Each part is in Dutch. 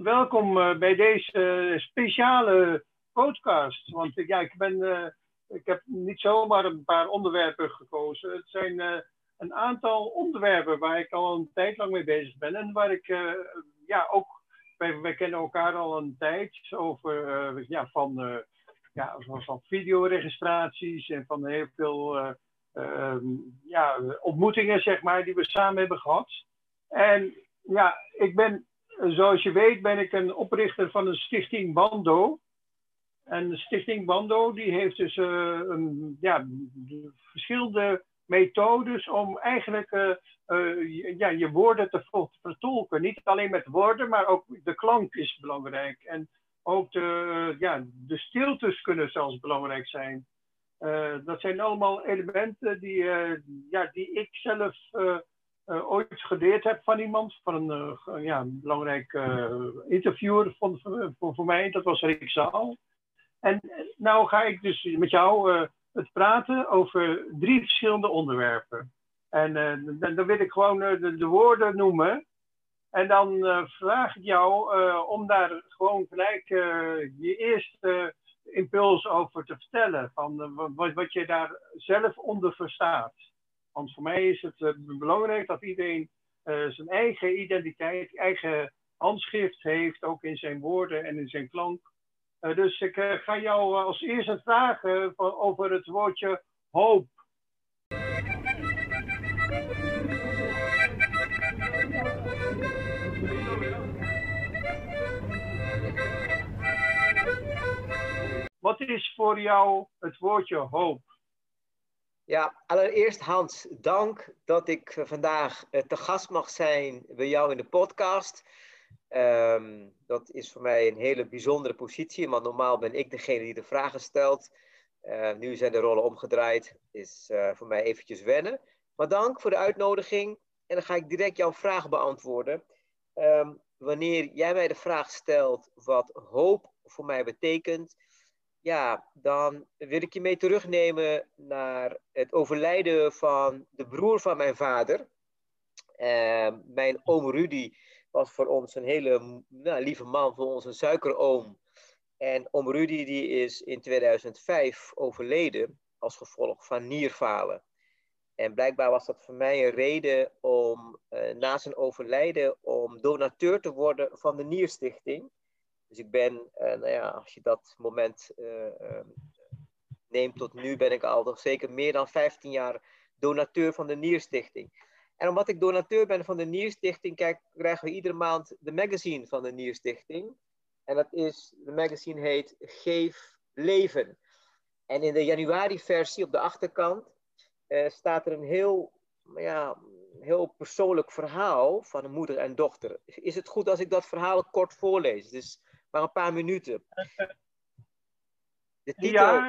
welkom bij deze speciale podcast. Want ja, ik heb niet zomaar een paar onderwerpen gekozen. Het zijn een aantal onderwerpen waar ik al een tijd lang mee bezig ben. En waar ik ook, wij kennen elkaar al een tijd over van videoregistraties en van heel veel ontmoetingen, zeg maar, die we samen hebben gehad. En ja, zoals je weet, ben ik een oprichter van een stichting Bando. En de stichting Bando die heeft dus verschillende methodes om eigenlijk je woorden te vertolken. Niet alleen met woorden, maar ook de klank is belangrijk. En ook de stiltes kunnen zelfs belangrijk zijn. Dat zijn allemaal elementen die ik zelf ooit geleerd heb van iemand, van een belangrijk interviewer voor mij. Dat was Rick Zaal. En nou ga ik dus met jou het praten over 3 verschillende onderwerpen. En dan wil ik gewoon de woorden noemen. En dan vraag ik jou om daar gewoon gelijk je eerste impuls over te vertellen. Van wat je daar zelf onder verstaat. Want voor mij is het belangrijk dat iedereen zijn eigen identiteit, eigen handschrift heeft. Ook in zijn woorden en in zijn klank. Dus ik ga jou als eerste vragen over het woordje hoop. Wat is voor jou het woordje hoop? Ja, allereerst Hans, dank dat ik vandaag te gast mag zijn bij jou in de podcast. Dat is voor mij een hele bijzondere positie, want normaal ben ik degene die de vragen stelt. Nu zijn de rollen omgedraaid, is voor mij eventjes wennen. Maar dank voor de uitnodiging en dan ga ik direct jouw vraag beantwoorden. Wanneer jij mij de vraag stelt wat hoop voor mij betekent, ja, dan wil ik je mee terugnemen naar het overlijden van de broer van mijn vader. Mijn oom Rudy was voor ons een hele lieve man, voor ons een suikeroom. En oom Rudy die is in 2005 overleden als gevolg van nierfalen. En blijkbaar was dat voor mij een reden om na zijn overlijden om donateur te worden van de Nierstichting. Dus ik ben, als je dat moment neemt tot nu, ben ik al toch zeker meer dan 15 jaar donateur van de Nierstichting. En omdat ik donateur ben van de Nierstichting, krijgen we iedere maand de magazine van de Nierstichting. En de magazine heet Geef Leven. En in de januari-versie op de achterkant staat er een heel persoonlijk verhaal van een moeder en dochter. Is het goed als ik dat verhaal kort voorlees? Dus maar een paar minuten. De titel...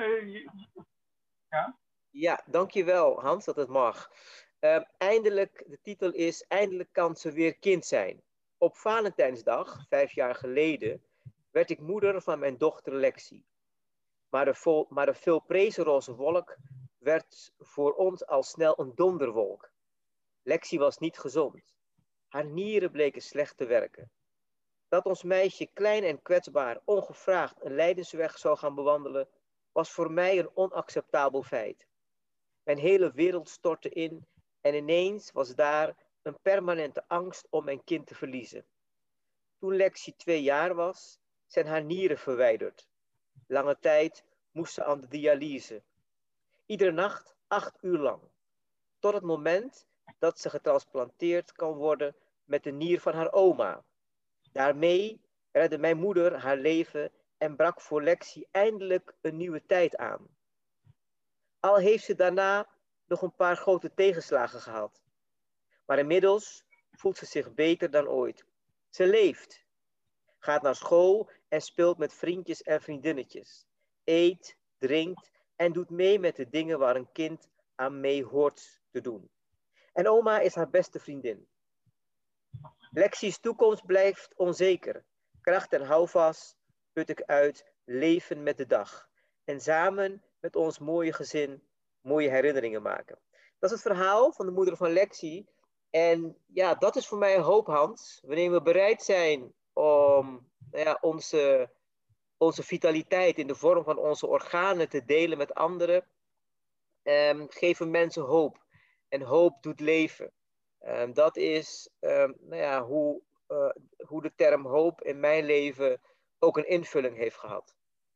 Ja, dankjewel Hans dat het mag. De titel is Eindelijk kan ze weer kind zijn. Op Valentijnsdag, 5 jaar geleden, werd ik moeder van mijn dochter Lexie. Maar de veelprezen roze wolk werd voor ons al snel een donderwolk. Lexie was niet gezond. Haar nieren bleken slecht te werken. Dat ons meisje klein en kwetsbaar ongevraagd een lijdensweg zou gaan bewandelen, was voor mij een onacceptabel feit. Mijn hele wereld stortte in en ineens was daar een permanente angst om mijn kind te verliezen. Toen Lexie 2 jaar was, zijn haar nieren verwijderd. Lange tijd moest ze aan de dialyse. Iedere nacht 8 uur lang. Tot het moment dat ze getransplanteerd kan worden met de nier van haar oma. Daarmee redde mijn moeder haar leven en brak voor Lexie eindelijk een nieuwe tijd aan. Al heeft ze daarna nog een paar grote tegenslagen gehad. Maar inmiddels voelt ze zich beter dan ooit. Ze leeft, gaat naar school en speelt met vriendjes en vriendinnetjes. Eet, drinkt en doet mee met de dingen waar een kind aan mee hoort te doen. En oma is haar beste vriendin. Lexie's toekomst blijft onzeker. Kracht en houvast put ik uit leven met de dag. En samen met ons mooie gezin mooie herinneringen maken. Dat is het verhaal van de moeder van Lexie. En ja, dat is voor mij een hoop, Hans. Wanneer we bereid zijn om nou ja, onze vitaliteit in de vorm van onze organen te delen met anderen, geven mensen hoop. En hoop doet leven. Dat is nou ja, hoe de term hoop in mijn leven ook een invulling heeft gehad.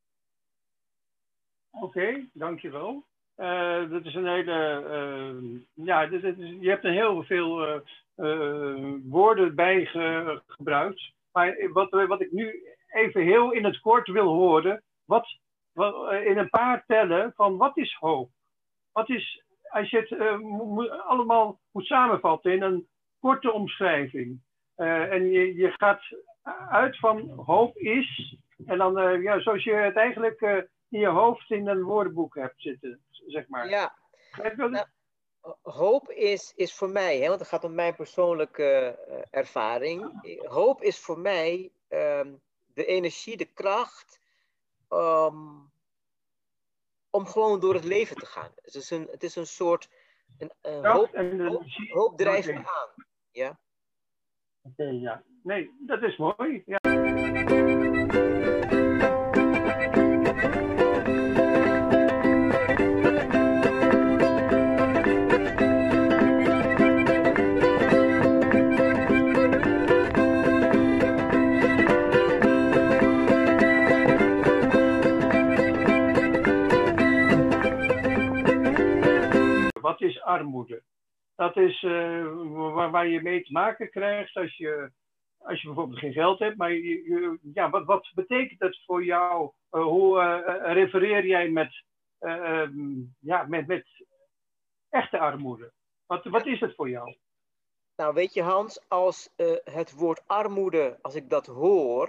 Oké, dankjewel. Dat is een hele. Ja, je hebt er heel veel woorden bij gebruikt. Maar wat ik nu even heel in het kort wil horen. In een paar tellen van wat is hoop? Wat is, als je het allemaal moet samenvatten in een korte omschrijving. En je gaat uit van hoop is. En dan, ja, zoals je het eigenlijk in je hoofd in een woordenboek hebt zitten, zeg maar. Ja, nou, hoop is voor mij, hè, want het gaat om mijn persoonlijke ervaring. Hoop is voor mij de energie, de kracht om gewoon door het leven te gaan. Het is een soort hoop drijft me aan. Ja? Oké, ja. Nee, dat is mooi. Ja. Wat is armoede? Dat is waar je mee te maken krijgt als je bijvoorbeeld geen geld hebt. Maar ja, wat betekent het voor jou? Hoe refereer jij met echte armoede? Wat is het voor jou? Nou, weet je Hans, als het woord armoede, als ik dat hoor,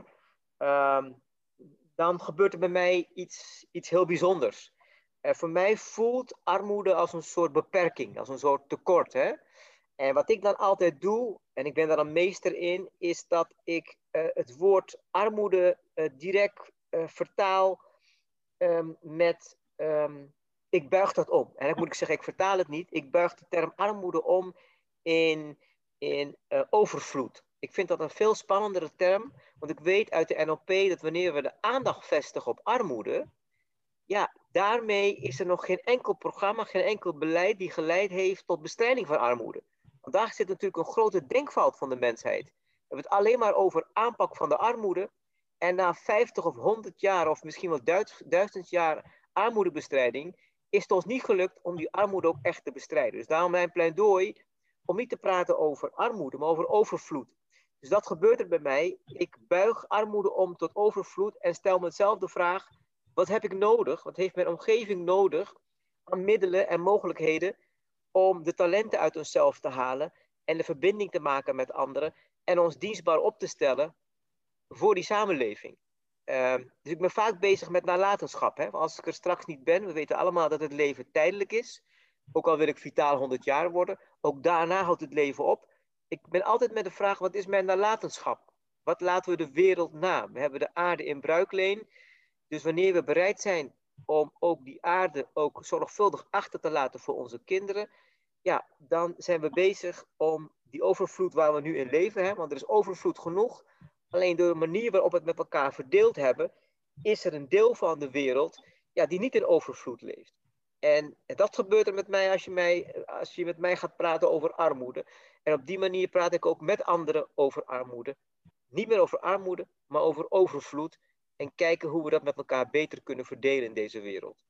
dan gebeurt er bij mij iets heel bijzonders. Voor mij voelt armoede als een soort beperking, als een soort tekort. Hè? En wat ik dan altijd doe, en ik ben daar een meester in, is dat ik het woord armoede direct vertaal met ik buig dat om. En dan moet ik zeggen, ik vertaal het niet. Ik buig de term armoede om in overvloed. Ik vind dat een veel spannendere term, want ik weet uit de NLP dat wanneer we de aandacht vestigen op armoede, ja, daarmee is er nog geen enkel programma, geen enkel beleid die geleid heeft tot bestrijding van armoede. Want daar zit natuurlijk een grote denkfout van de mensheid. We hebben het alleen maar over aanpak van de armoede. En na 50 of 100 jaar, of misschien wel 1000 jaar armoedebestrijding, is het ons niet gelukt om die armoede ook echt te bestrijden. Dus daarom mijn pleidooi om niet te praten over armoede, maar over overvloed. Dus dat gebeurt er bij mij. Ik buig armoede om tot overvloed en stel mezelf de vraag: wat heb ik nodig? Wat heeft mijn omgeving nodig aan middelen en mogelijkheden om de talenten uit onszelf te halen en de verbinding te maken met anderen en ons dienstbaar op te stellen voor die samenleving? Dus ik ben vaak bezig met nalatenschap. Hè? Als ik er straks niet ben, we weten allemaal dat het leven tijdelijk is. Ook al wil ik vitaal 100 jaar worden, ook daarna houdt het leven op. Ik ben altijd met de vraag, wat is mijn nalatenschap? Wat laten we de wereld na? We hebben de aarde in bruikleen. Dus wanneer we bereid zijn om ook die aarde ook zorgvuldig achter te laten voor onze kinderen, ja, dan zijn we bezig om die overvloed waar we nu in leven, hè, want er is overvloed genoeg. Alleen door de manier waarop we het met elkaar verdeeld hebben, is er een deel van de wereld ja, die niet in overvloed leeft. En dat gebeurt er met mij als je met mij gaat praten over armoede. En op die manier praat ik ook met anderen over armoede. Niet meer over armoede, maar over overvloed. En kijken hoe we dat met elkaar beter kunnen verdelen in deze wereld.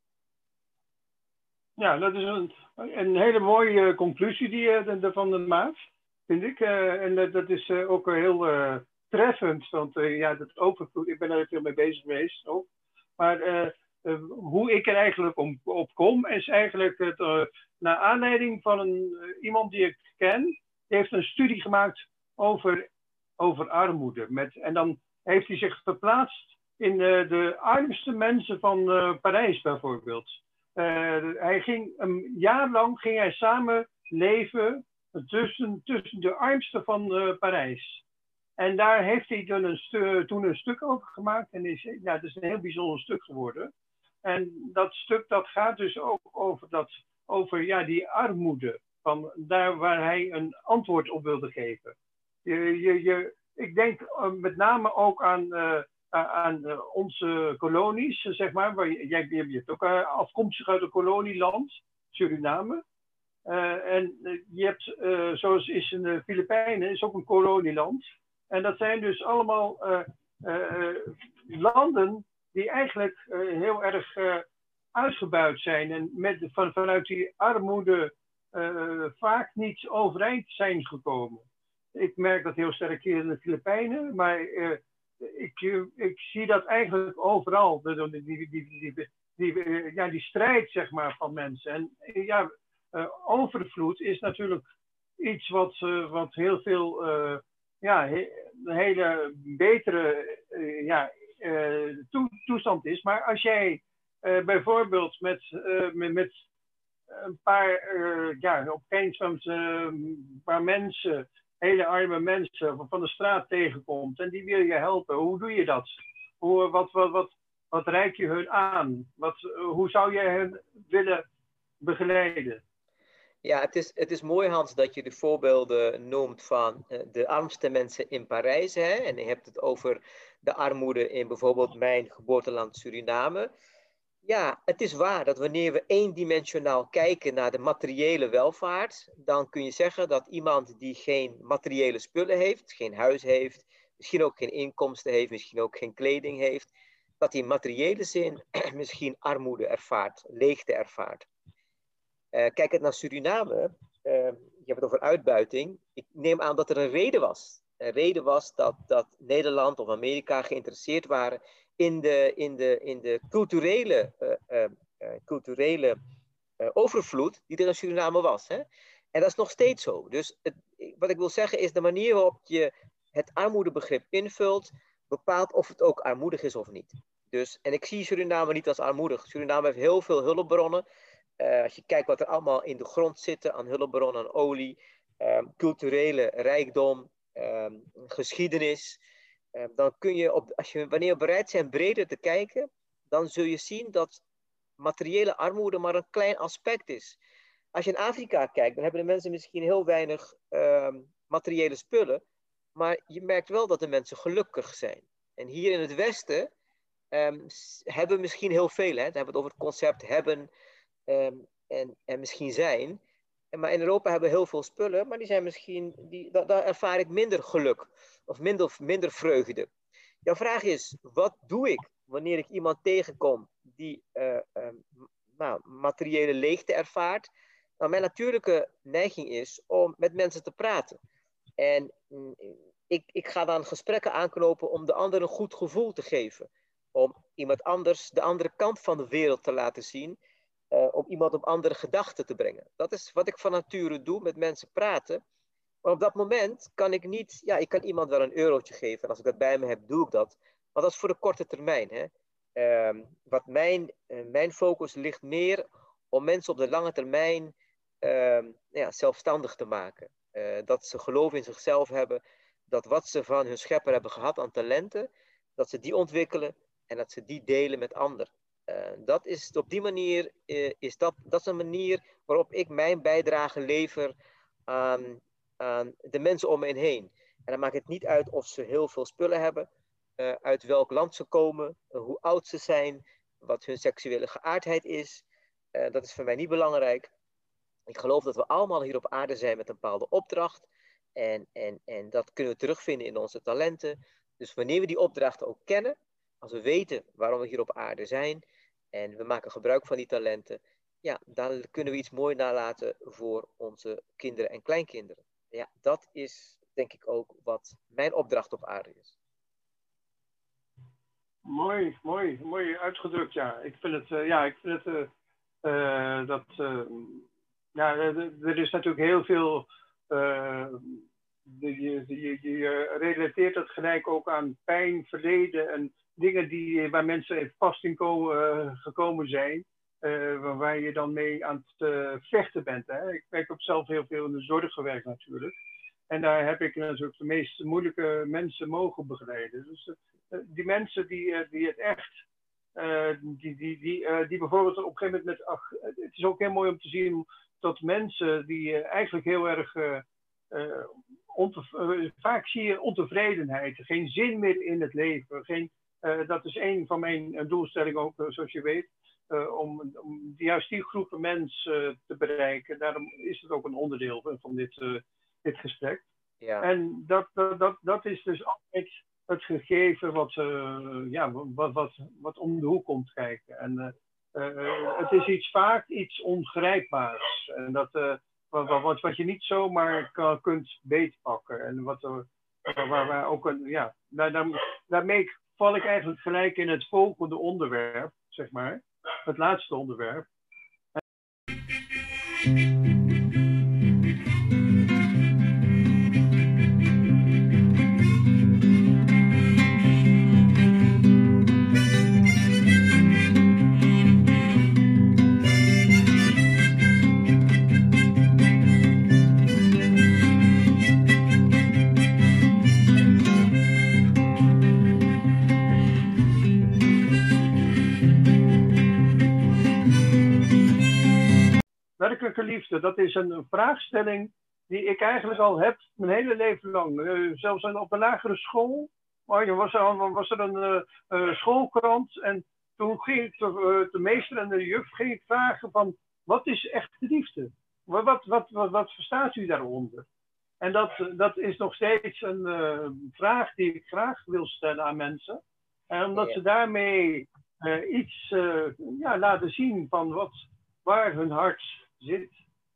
Ja, dat is een hele mooie conclusie die je ervan maakt, vind ik. En dat is ook heel treffend, want ja, dat overvloed, ik ben er veel mee bezig geweest ook. Maar hoe ik er eigenlijk op kom, is eigenlijk naar aanleiding van iemand die ik ken, die heeft een studie gemaakt over armoede. En dan heeft hij zich verplaatst in de armste mensen van Parijs bijvoorbeeld. Hij ging een jaar lang samen leven tussen de armsten van Parijs. En daar heeft hij toen een stuk over gemaakt. En het is een heel bijzonder stuk geworden. En dat stuk dat gaat dus ook over die armoede. Van daar waar hij een antwoord op wilde geven. Ik denk met name ook aan aan onze kolonies, zeg maar. Jij bent ook afkomstig uit een kolonieland, Suriname. En je hebt, zoals is in de Filipijnen, is ook een kolonieland. En dat zijn dus allemaal landen die eigenlijk heel erg uitgebuit zijn. En vanuit die armoede vaak niet overeind zijn gekomen. Ik merk dat heel sterk hier in de Filipijnen. Maar ik zie dat eigenlijk overal. Die strijd, zeg maar, van mensen. En ja, overvloed is natuurlijk iets wat heel veel een hele betere toestand is. Maar als jij bijvoorbeeld met een paar opeens een paar mensen, hele arme mensen van de straat tegenkomt en die wil je helpen, hoe doe je dat? Wat reik je hun aan? Hoe zou jij hen willen begeleiden? Ja, het is mooi, Hans, dat je de voorbeelden noemt van de armste mensen in Parijs. Hè? En je hebt het over de armoede in bijvoorbeeld mijn geboorteland Suriname. Ja, het is waar dat wanneer we eendimensionaal kijken naar de materiële welvaart, dan kun je zeggen dat iemand die geen materiële spullen heeft, geen huis heeft, misschien ook geen inkomsten heeft, misschien ook geen kleding heeft, dat hij in materiële zin misschien armoede ervaart, leegte ervaart. Kijk het naar Suriname, je hebt het over uitbuiting. Ik neem aan dat er een reden was. Een reden was dat Nederland of Amerika geïnteresseerd waren in de culturele overvloed die er in Suriname was. Hè? En dat is nog steeds zo. Dus wat ik wil zeggen is de manier waarop je het armoedebegrip invult, bepaalt of het ook armoedig is of niet. Dus, en ik zie Suriname niet als armoedig. Suriname heeft heel veel hulpbronnen. Als je kijkt wat er allemaal in de grond zit aan hulpbronnen, aan olie, culturele rijkdom, geschiedenis, dan kun je, wanneer we bereid zijn breder te kijken, dan zul je zien dat materiële armoede maar een klein aspect is. Als je in Afrika kijkt, dan hebben de mensen misschien heel weinig materiële spullen, maar je merkt wel dat de mensen gelukkig zijn. En hier in het Westen hebben we misschien heel veel. Hè? Dan hebben we het over het concept hebben en misschien zijn. Maar in Europa hebben we heel veel spullen, maar die zijn misschien, daar ervaar ik minder geluk of minder vreugde. Jouw vraag is, wat doe ik wanneer ik iemand tegenkom die materiële leegte ervaart? Nou, mijn natuurlijke neiging is om met mensen te praten. En ik ga dan gesprekken aanknopen om de ander een goed gevoel te geven. Om iemand anders de andere kant van de wereld te laten zien. Om iemand op andere gedachten te brengen. Dat is wat ik van nature doe, met mensen praten. Maar op dat moment kan ik niet, ik kan iemand wel een eurotje geven. En als ik dat bij me heb, doe ik dat. Maar dat is voor de korte termijn. Hè? Wat mijn focus ligt meer om mensen op de lange termijn zelfstandig te maken. Dat ze geloof in zichzelf hebben. Dat wat ze van hun schepper hebben gehad aan talenten, dat ze die ontwikkelen en dat ze die delen met anderen. Dat is op die manier, dat is een manier waarop ik mijn bijdrage lever aan de mensen om me heen. En dan maakt het niet uit of ze heel veel spullen hebben, uit welk land ze komen, hoe oud ze zijn, wat hun seksuele geaardheid is. Dat is voor mij niet belangrijk. Ik geloof dat we allemaal hier op aarde zijn met een bepaalde opdracht. En dat kunnen we terugvinden in onze talenten. Dus wanneer we die opdrachten ook kennen, als we weten waarom we hier op aarde zijn en we maken gebruik van die talenten, dan kunnen we iets moois nalaten voor onze kinderen en kleinkinderen. Ja, dat is denk ik ook wat mijn opdracht op aarde is. Mooi uitgedrukt, ja. Ik vind het, er is natuurlijk heel veel, je relateert dat gelijk ook aan pijn, verleden en dingen waar mensen in vast in gekomen zijn, waar je dan mee aan het vechten bent. Hè? Ik heb ook zelf heel veel in de zorg gewerkt natuurlijk. En daar heb ik natuurlijk de meest moeilijke mensen mogen begeleiden. Dus die mensen die het echt, die bijvoorbeeld op een gegeven moment het is ook heel mooi om te zien dat mensen die eigenlijk heel erg, vaak zie je ontevredenheid, geen zin meer in het leven, Dat is een van mijn doelstellingen ook, zoals je weet. Om juist die groepen mensen te bereiken. Daarom is het ook een onderdeel van dit gesprek. Ja. En dat is dus altijd het gegeven wat om de hoek komt kijken. En het is vaak iets ongrijpbaars. En wat je niet zomaar kunt beetpakken. En waar ook daarmee val ik eigenlijk gelijk in het volgende onderwerp, zeg maar. Het laatste onderwerp. Werkelijke liefde, dat is een vraagstelling die ik eigenlijk al heb mijn hele leven lang. Zelfs op een lagere school was er een schoolkrant en toen ging de meester en de juf ging vragen van, wat is echte liefde? Wat verstaat u daaronder? En dat is nog steeds een vraag die ik graag wil stellen aan mensen. En omdat ze daarmee iets laten zien van waar hun hart zit.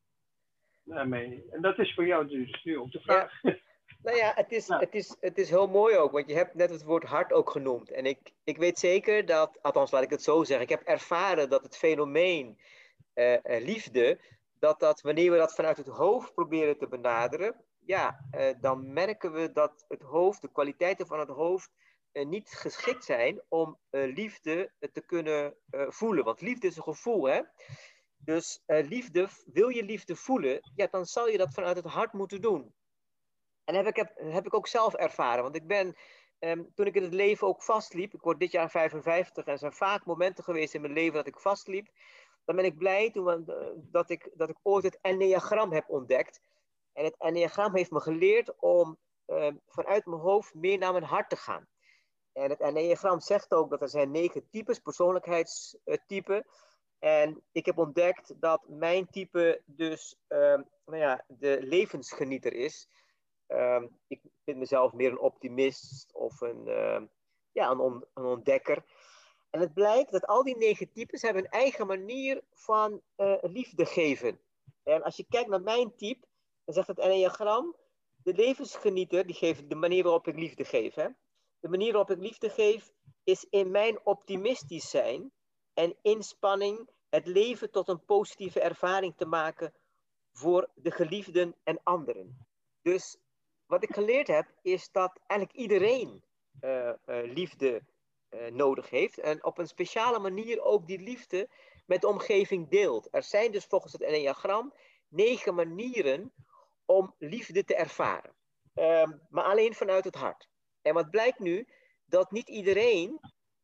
En dat is voor jou dus nu ook de vraag. Ja. Nou ja, het is heel mooi ook, want je hebt net het woord hart ook genoemd. En ik weet zeker dat, althans laat ik het zo zeggen, ik heb ervaren dat het fenomeen liefde, dat wanneer we dat vanuit het hoofd proberen te benaderen, dan merken we dat het hoofd, de kwaliteiten van het hoofd, niet geschikt zijn om liefde te kunnen voelen. Want liefde is een gevoel, hè? Dus wil je liefde voelen, dan zal je dat vanuit het hart moeten doen. En heb ik ook zelf ervaren. Want ik ben, toen ik in het leven ook vastliep, ik word dit jaar 55 en er zijn vaak momenten geweest in mijn leven dat ik vastliep, dan ben ik blij dat ik ooit het enneagram heb ontdekt. En het enneagram heeft me geleerd om vanuit mijn hoofd meer naar mijn hart te gaan. En het enneagram zegt ook dat er zijn 9 types, persoonlijkheidstypen. En ik heb ontdekt dat mijn type dus de levensgenieter is. Ik vind mezelf meer een optimist of een ontdekker. En het blijkt dat al die 9 types hebben een eigen manier van liefde geven. En als je kijkt naar mijn type, dan zegt het enneagram, de levensgenieter die geeft de manier waarop ik liefde geef. Hè? De manier waarop ik liefde geef is in mijn optimistisch zijn en inspanning het leven tot een positieve ervaring te maken voor de geliefden en anderen. Dus wat ik geleerd heb, is dat eigenlijk iedereen liefde nodig heeft. En op een speciale manier ook die liefde met de omgeving deelt. Er zijn dus volgens het enneagram 9 manieren om liefde te ervaren. Maar alleen vanuit het hart. En wat blijkt nu? Dat niet iedereen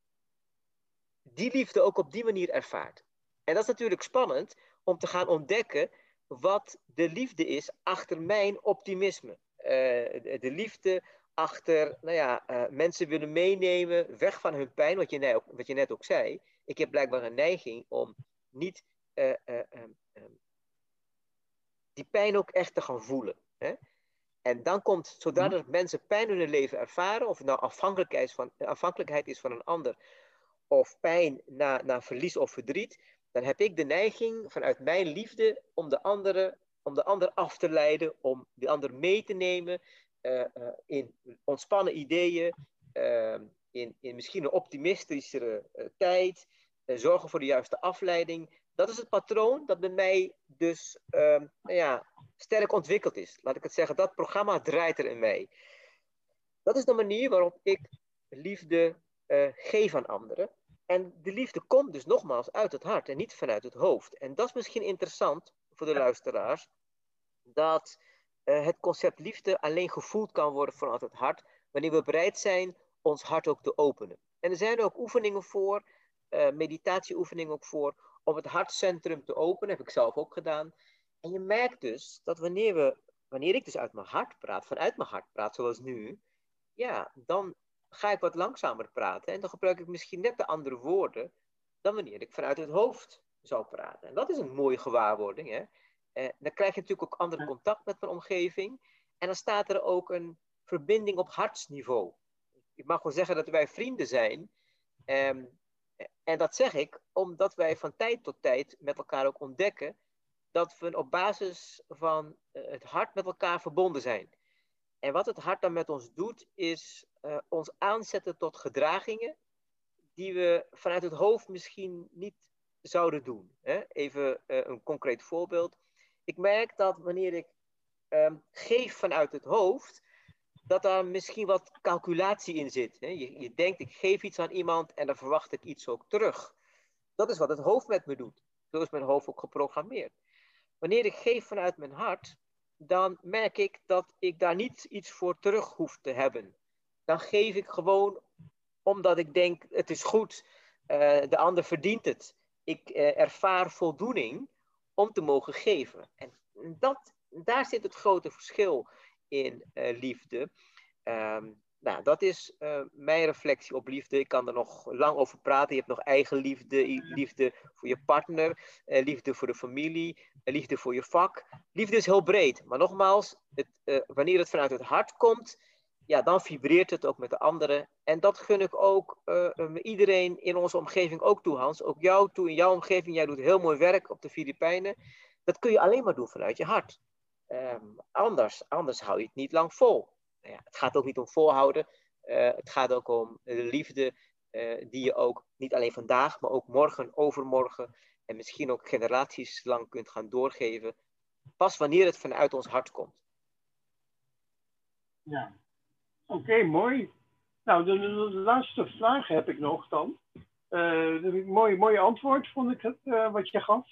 die liefde ook op die manier ervaart. En dat is natuurlijk spannend om te gaan ontdekken wat de liefde is achter mijn optimisme. De liefde achter mensen willen meenemen weg van hun pijn, wat je net ook zei. Ik heb blijkbaar een neiging om niet die pijn ook echt te gaan voelen. Hè? En dan komt, zodra er mensen pijn in hun leven ervaren, of het nou afhankelijkheid is van een ander, of pijn na verlies of verdriet, dan heb ik de neiging vanuit mijn liefde om de ander af te leiden, om de ander mee te nemen in ontspannen ideeën, in misschien een optimistischere tijd, zorgen voor de juiste afleiding. Dat is het patroon dat bij mij dus sterk ontwikkeld is. Laat ik het zeggen, dat programma draait er in mij. Dat is de manier waarop ik liefde geef aan anderen. En de liefde komt dus nogmaals uit het hart en niet vanuit het hoofd. En dat is misschien interessant voor de luisteraars, dat het concept liefde alleen gevoeld kan worden vanuit het hart, wanneer we bereid zijn ons hart ook te openen. En er zijn ook oefeningen voor, meditatieoefeningen ook voor, om het hartcentrum te openen, heb ik zelf ook gedaan. En je merkt dus dat wanneer ik dus uit mijn hart praat, vanuit mijn hart praat, zoals nu, dan ga ik wat langzamer praten. En dan gebruik ik misschien net de andere woorden dan wanneer ik vanuit het hoofd zou praten. En dat is een mooie gewaarwording. Hè? Dan krijg je natuurlijk ook ander contact met mijn omgeving. En dan staat er ook een verbinding op hartsniveau. Ik mag wel zeggen dat wij vrienden zijn. En dat zeg ik omdat wij van tijd tot tijd met elkaar ook ontdekken dat we op basis van het hart met elkaar verbonden zijn. En wat het hart dan met ons doet, is ons aanzetten tot gedragingen die we vanuit het hoofd misschien niet zouden doen. Hè? Even een concreet voorbeeld. Ik merk dat wanneer ik geef vanuit het hoofd, dat daar misschien wat calculatie in zit. Hè? Je denkt, ik geef iets aan iemand en dan verwacht ik iets ook terug. Dat is wat het hoofd met me doet. Zo is mijn hoofd ook geprogrammeerd. Wanneer ik geef vanuit mijn hart, dan merk ik dat ik daar niet iets voor terug hoef te hebben. Dan geef ik gewoon omdat ik denk, het is goed, de ander verdient het. Ik ervaar voldoening om te mogen geven. En daar zit het grote verschil in liefde. Nou, dat is mijn reflectie op liefde. Ik kan er nog lang over praten. Je hebt nog eigen liefde, liefde voor je partner, liefde voor de familie, liefde voor je vak. Liefde is heel breed. Maar nogmaals, wanneer het vanuit het hart komt, ja, dan vibreert het ook met de anderen. En dat gun ik ook iedereen in onze omgeving ook toe, Hans. Ook jou toe in jouw omgeving. Jij doet heel mooi werk op de Filipijnen. Dat kun je alleen maar doen vanuit je hart. Anders hou je het niet lang vol. Ja, het gaat ook niet om volhouden. Het gaat ook om de liefde die je ook niet alleen vandaag, maar ook morgen, overmorgen en misschien ook generaties lang kunt gaan doorgeven. Pas wanneer het vanuit ons hart komt. Ja, oké, mooi. Nou, de laatste vraag heb ik nog dan. Mooi antwoord vond ik het, wat je gaf.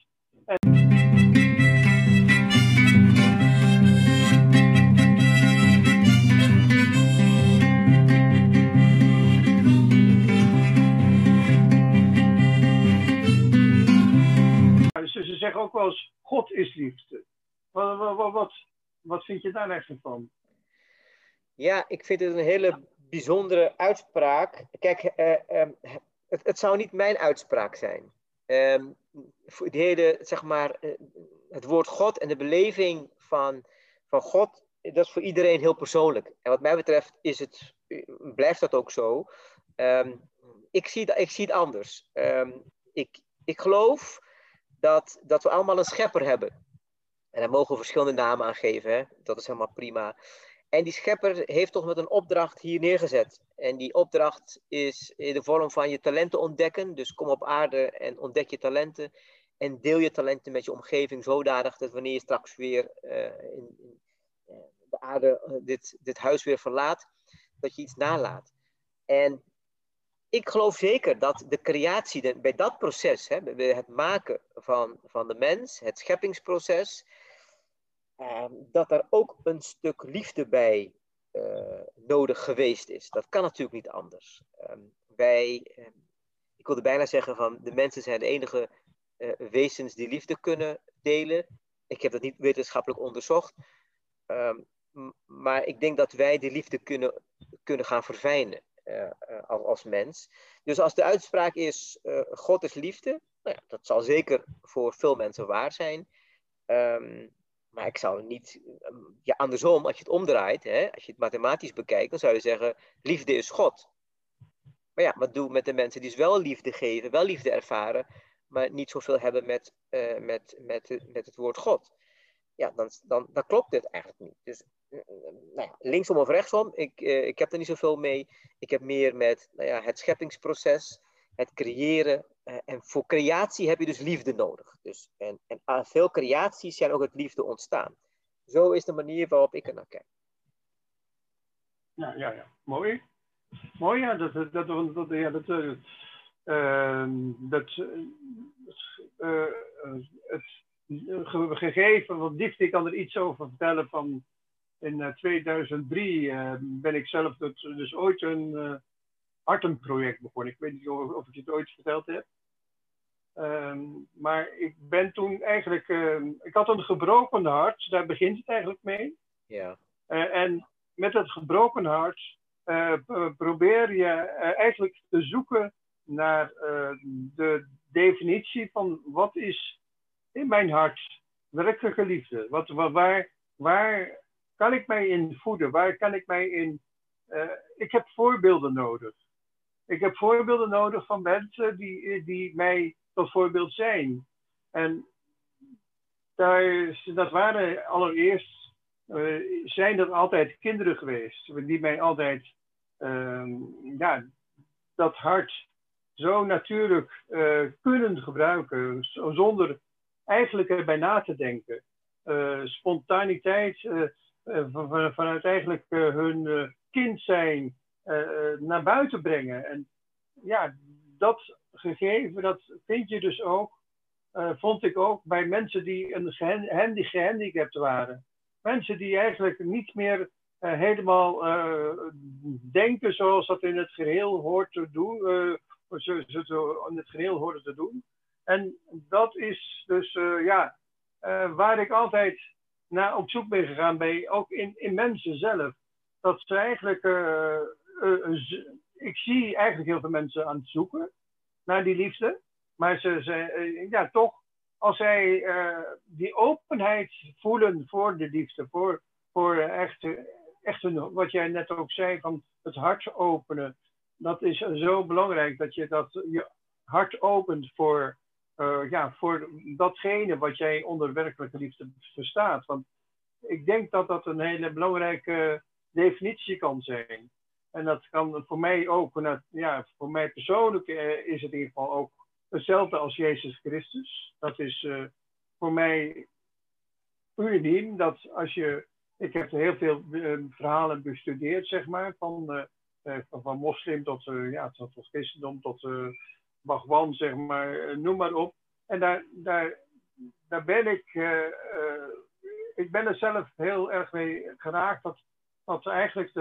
Ze zeggen ook wel eens, God is liefde. Wat vind je daar eigenlijk van? Ja, ik vind het een hele bijzondere uitspraak. Kijk, het zou niet mijn uitspraak zijn. Voor de hele, zeg maar, het woord God en de beleving van God, dat is voor iedereen heel persoonlijk. En wat mij betreft blijft dat ook zo. Ik zie het anders. Ik geloof dat we allemaal een schepper hebben. En daar mogen we verschillende namen aan geven. Hè? Dat is helemaal prima. En die schepper heeft toch met een opdracht hier neergezet. En die opdracht is in de vorm van je talenten ontdekken. Dus kom op aarde en ontdek je talenten. En deel je talenten met je omgeving zodanig dat wanneer je straks weer in de aarde dit huis weer verlaat, dat je iets nalaat. En ik geloof zeker dat de creatie, bij dat proces, hè, bij het maken van de mens, het scheppingsproces, dat er ook een stuk liefde bij nodig geweest is. Dat kan natuurlijk niet anders. Ik wilde bijna zeggen van de mensen zijn de enige wezens die liefde kunnen delen. Ik heb dat niet wetenschappelijk onderzocht. Maar ik denk dat wij die liefde kunnen gaan verfijnen als mens. Dus als de uitspraak is, God is liefde, nou ja, dat zal zeker voor veel mensen waar zijn. Maar ik zou niet, ja, andersom, als je het omdraait, hè, als je het mathematisch bekijkt, dan zou je zeggen, liefde is God. Maar ja, wat doe ik met de mensen die dus wel liefde geven, wel liefde ervaren, maar niet zoveel hebben met het woord God? Ja, dan klopt dit eigenlijk niet. Dus nou ja, linksom of rechtsom, ik heb er niet zoveel mee. Ik heb meer met het scheppingsproces, het creëren. En voor creatie heb je dus liefde nodig. Dus, en aan veel creaties zijn ook uit liefde ontstaan. Zo is de manier waarop ik er naar kijk. Ja. Mooi. Mooi, ja. Het gegeven van liefde, ik kan er iets over vertellen van in 2003 ben ik zelf dus ooit een hartenproject begonnen. Ik weet niet of ik het ooit verteld heb. Maar ik ben toen eigenlijk, ik had een gebroken hart, daar begint het eigenlijk mee. Ja. En met het gebroken hart probeer je eigenlijk te zoeken naar de definitie van wat is in mijn hart werkelijke liefde. Waar kan ik mij in voeden? Waar kan ik mij in... ik heb voorbeelden nodig. Ik heb voorbeelden nodig van mensen die mij tot voorbeeld zijn. En dat waren allereerst, zijn er altijd kinderen geweest, die mij altijd, dat hart zo natuurlijk kunnen gebruiken, zonder eigenlijk erbij na te denken. Spontaniteit, vanuit eigenlijk hun kind zijn, naar buiten brengen. En ja, dat gegeven, dat vind je dus ook, vond ik ook bij mensen die gehandicapt waren. Mensen die eigenlijk niet meer helemaal denken zoals dat in het geheel hoort te doen. In het geheel hoort te doen. En dat is dus waar ik altijd naar op zoek ben gegaan, ook in mensen zelf. Dat ze eigenlijk, ik zie eigenlijk heel veel mensen aan het zoeken naar die liefde. Maar ze toch, als zij die openheid voelen voor de liefde, voor echt wat jij net ook zei, van het hart openen. Dat is zo belangrijk, dat je hart opent voor datgene wat jij onder werkelijke liefde verstaat. Want ik denk dat dat een hele belangrijke definitie kan zijn. En dat kan voor mij ook, voor mij persoonlijk is het in ieder geval ook hetzelfde als Jezus Christus. Dat is voor mij unaniem. Dat ik heb heel veel verhalen bestudeerd, zeg maar, van moslim tot christendom, tot Bhagwan, zeg maar, noem maar op. En daar ben ik ben er zelf heel erg mee geraakt dat eigenlijk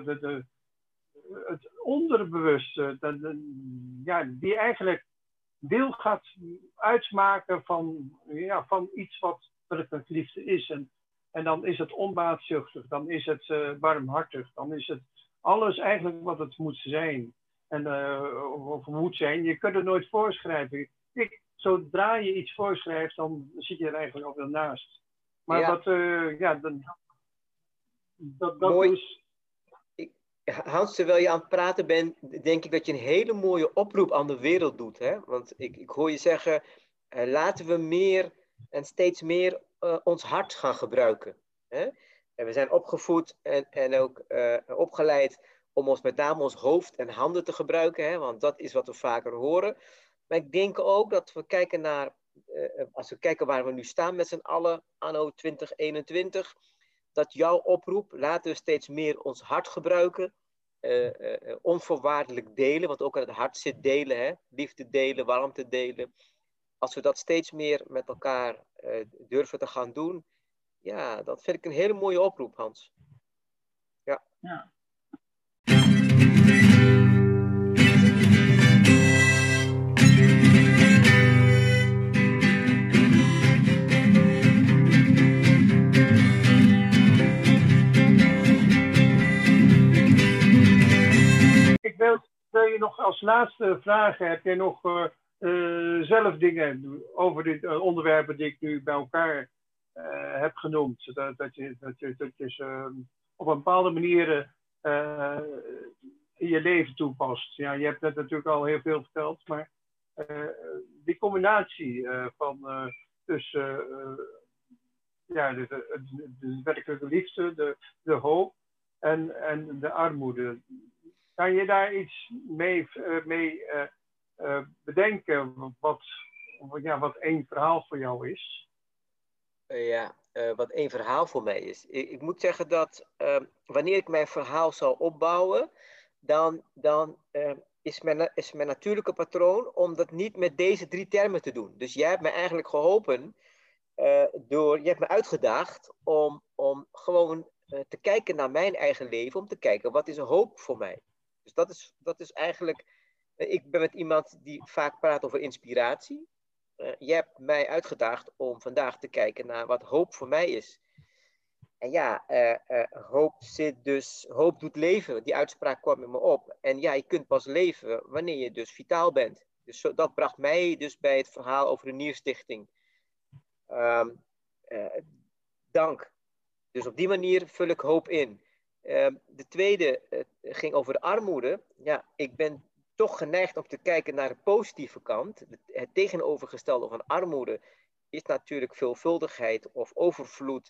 het onderbewuste, die eigenlijk deel gaat uitmaken van iets wat werkelijk liefde is. En dan is het onbaatzuchtig, dan is het warmhartig, dan is het alles eigenlijk wat het moet zijn. Of moet zijn, je kunt het nooit voorschrijven. Zodra je iets voorschrijft, dan zit je er eigenlijk al wel naast. Maar ja. dat mooi. is... Hans, terwijl je aan het praten bent, denk ik dat je een hele mooie oproep aan de wereld doet. Hè? Want ik hoor je zeggen, laten we meer en steeds meer ons hart gaan gebruiken. Hè? En we zijn opgevoed en ook opgeleid om met name ons hoofd en handen te gebruiken. Hè? Want dat is wat we vaker horen. Maar ik denk ook dat we kijken naar, als we kijken waar we nu staan met z'n allen, anno 2021... dat jouw oproep, laten we steeds meer ons hart gebruiken, onvoorwaardelijk delen, want ook aan het hart zit delen, hè? Liefde delen, warmte delen. Als we dat steeds meer met elkaar durven te gaan doen, ja, dat vind ik een hele mooie oproep, Hans. Ja. Ik wil je nog als laatste vragen, heb je nog zelf dingen over dit onderwerpen die ik nu bij elkaar heb genoemd? Dat je op een bepaalde manier in je leven toepast. Ja, je hebt net natuurlijk al heel veel verteld, maar die combinatie van tussen de werkelijke liefde, de hoop en de armoede. Kan je daar iets mee bedenken wat één verhaal voor jou is? Wat één verhaal voor mij is. Ik moet zeggen dat wanneer ik mijn verhaal zal opbouwen, dan is mijn natuurlijke patroon om dat niet met deze 3 termen te doen. Dus jij hebt me eigenlijk geholpen je hebt me uitgedaagd om gewoon te kijken naar mijn eigen leven, om te kijken wat is een hoop voor mij. Dus dat is eigenlijk, ik ben met iemand die vaak praat over inspiratie. Je hebt mij uitgedaagd om vandaag te kijken naar wat hoop voor mij is. En ja, hoop doet leven. Die uitspraak kwam in me op. En ja, je kunt pas leven wanneer je dus vitaal bent. Dus dat bracht mij dus bij het verhaal over de Nierstichting. Dank. Dus op die manier vul ik hoop in. De tweede ging over de armoede. Ja, ik ben toch geneigd om te kijken naar de positieve kant. Het tegenovergestelde van armoede is natuurlijk veelvuldigheid of overvloed.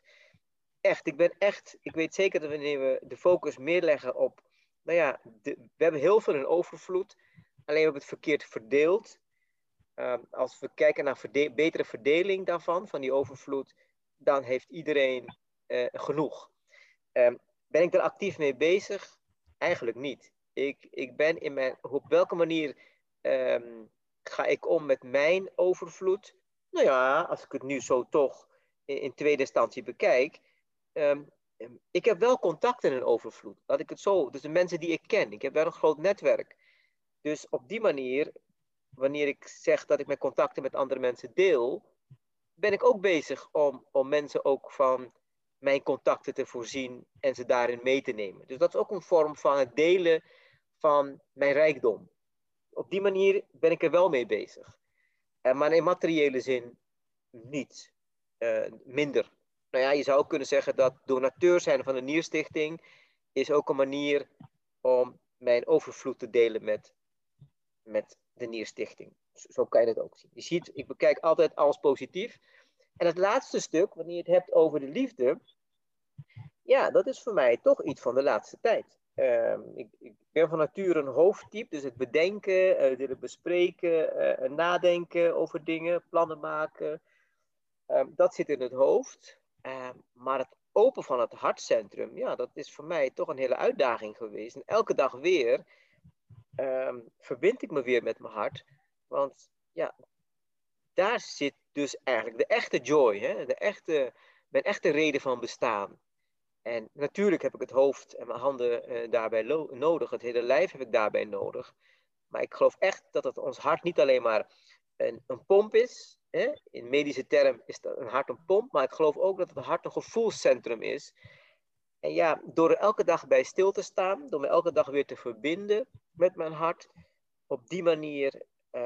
Ik weet zeker dat wanneer we de focus meer leggen op, nou ja, we hebben heel veel in overvloed, alleen we hebben het verkeerd verdeeld. Als we kijken naar betere verdeling daarvan, van die overvloed, dan heeft iedereen genoeg. Ben ik er actief mee bezig? Eigenlijk niet. Ik ben op welke manier ga ik om met mijn overvloed? Nou ja, als ik het nu zo toch in tweede instantie bekijk, ik heb wel contacten in overvloed. Laat ik het zo. Dus de mensen die ik ken. Ik heb wel een groot netwerk. Dus op die manier, wanneer ik zeg dat ik mijn contacten met andere mensen deel, ben ik ook bezig om mensen ook van mijn contacten te voorzien en ze daarin mee te nemen. Dus dat is ook een vorm van het delen van mijn rijkdom. Op die manier ben ik er wel mee bezig. Maar in materiële zin niet. Minder. Nou ja, je zou ook kunnen zeggen dat donateur zijn van de Nierstichting is ook een manier om mijn overvloed te delen met de Nierstichting. Zo kan je het ook zien. Je ziet, ik bekijk altijd alles positief. En het laatste stuk, wanneer je het hebt over de liefde, ja, dat is voor mij toch iets van de laatste tijd. Ik ben van nature een hoofdtype, dus het bedenken, het bespreken, nadenken over dingen, plannen maken, dat zit in het hoofd. Maar het open van het hartcentrum, ja, dat is voor mij toch een hele uitdaging geweest. En elke dag weer verbind ik me weer met mijn hart. Want ja, daar zit dus eigenlijk de echte joy, hè? Mijn echte reden van bestaan. En natuurlijk heb ik het hoofd en mijn handen daarbij nodig. Het hele lijf heb ik daarbij nodig. Maar ik geloof echt dat het ons hart niet alleen maar een pomp is. Hè? In medische term is een hart een pomp. Maar ik geloof ook dat het hart een gevoelscentrum is. En ja, door er elke dag bij stil te staan. Door me elke dag weer te verbinden met mijn hart. Op die manier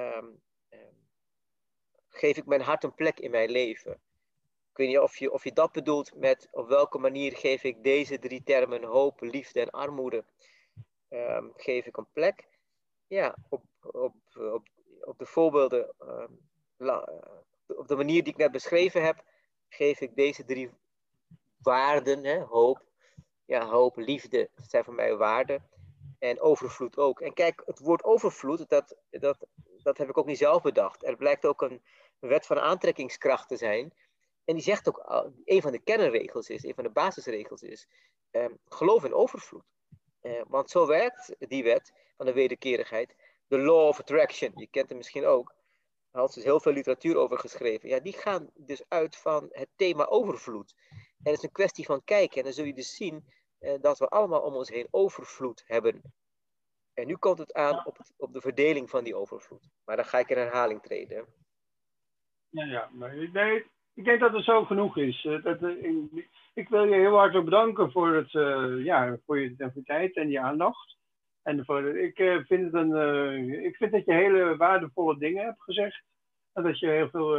geef ik mijn hart een plek in mijn leven. Ik weet niet of je dat bedoelt met op welke manier geef ik deze 3 termen hoop, liefde en armoede. Geef ik een plek. Ja, op de voorbeelden, op de manier die ik net beschreven heb, geef ik deze 3 waarden, hè, hoop, liefde, dat zijn voor mij waarden. En overvloed ook. En kijk, het woord overvloed, dat heb ik ook niet zelf bedacht. Er blijkt ook een wet van aantrekkingskracht te zijn. En die zegt ook, een van de kernregels is, een van de basisregels is, geloof in overvloed. Want zo werkt die wet van de wederkerigheid. De law of attraction, je kent hem misschien ook. Er is heel veel literatuur over geschreven. Ja, die gaan dus uit van het thema overvloed. En het is een kwestie van kijken. En dan zul je dus zien dat we allemaal om ons heen overvloed hebben. En nu komt het aan op de verdeling van die overvloed. Maar dan ga ik in herhaling treden. Ja, maar nee, ik denk dat het zo genoeg is. Ik wil je heel hartelijk bedanken voor, voor je tijd en je aandacht. En ik vind dat je hele waardevolle dingen hebt gezegd. En dat je heel veel,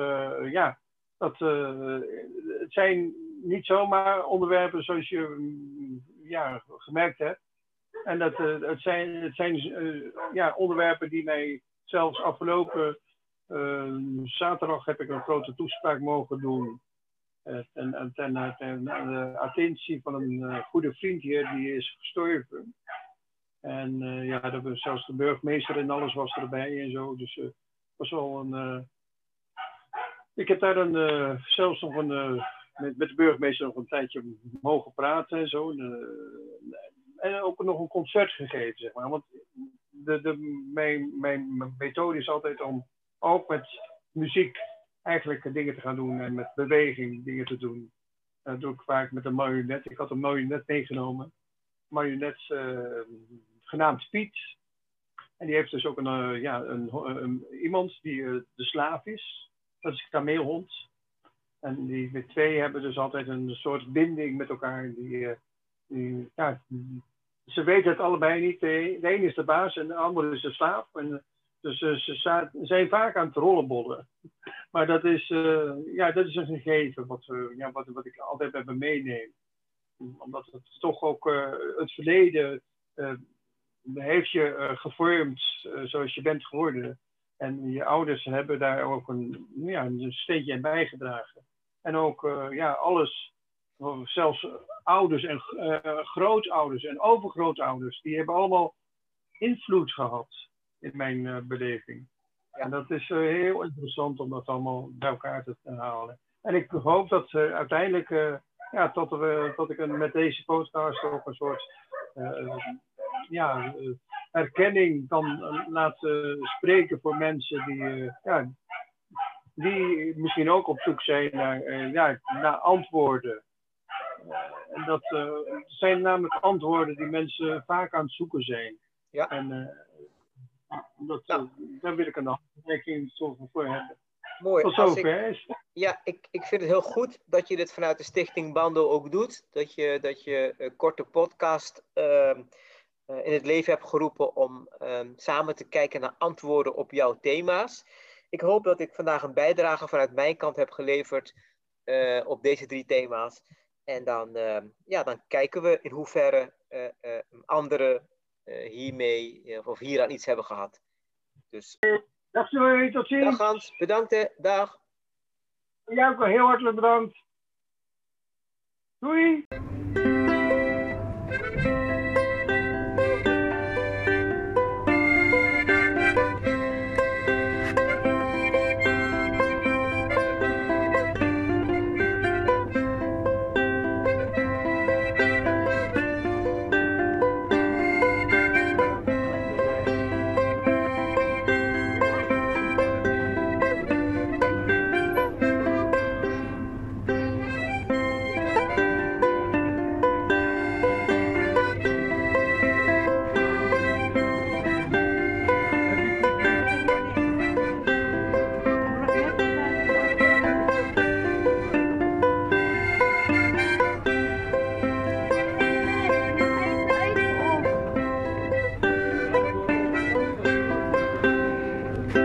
het zijn niet zomaar onderwerpen zoals je gemerkt hebt. En het zijn onderwerpen die mij zelfs afgelopen zaterdag heb ik een grote toespraak mogen doen. Ten de attentie van een goede vriend hier, die is gestorven. En dat was zelfs de burgemeester en alles was erbij en zo. Dus het was wel een. Ik heb daar zelfs nog met de burgemeester nog een tijdje mogen praten en zo. En ook nog een concert gegeven, zeg maar. Want mijn methode is altijd om ook met muziek eigenlijk dingen te gaan doen en met beweging dingen te doen. Dat doe ik vaak met een marionet. Ik had een marionet meegenomen. Marionet genaamd Piet. En die heeft dus ook iemand die de slaaf is. Dat is een kameelhond. En die twee hebben dus altijd een soort binding met elkaar. Ze weten het allebei niet. De een is de baas en de ander is de slaaf. En, dus ze zijn vaak aan het rollenbollen. Maar dat is een gegeven wat ik altijd bij me meeneem. Omdat het toch ook het verleden heeft je gevormd zoals je bent geworden. En je ouders hebben daar ook een steentje in bijgedragen. En ook alles, zelfs ouders en grootouders en overgrootouders, die hebben allemaal invloed gehad in mijn beleving. Ja. En dat is heel interessant om dat allemaal bij elkaar te halen. En ik hoop dat uiteindelijk, tot ik met deze podcast ook een soort erkenning kan laten spreken voor mensen die misschien ook op zoek zijn naar antwoorden. En dat zijn namelijk antwoorden die mensen vaak aan het zoeken zijn. Ja. En daar wil ik een handreiking voor hebben. Mooi. Tot zover. Ik vind het heel goed dat je dit vanuit de Stichting Bando ook doet. Dat je korte podcast in het leven hebt geroepen om samen te kijken naar antwoorden op jouw thema's. Ik hoop dat ik vandaag een bijdrage vanuit mijn kant heb geleverd op deze 3 thema's. En dan kijken we in hoeverre anderen hiermee of hieraan iets hebben gehad. Dus, dag Joey, tot ziens. Dag Hans, bedankt hè. Dag. Jij ook heel hartelijk bedankt. Doei.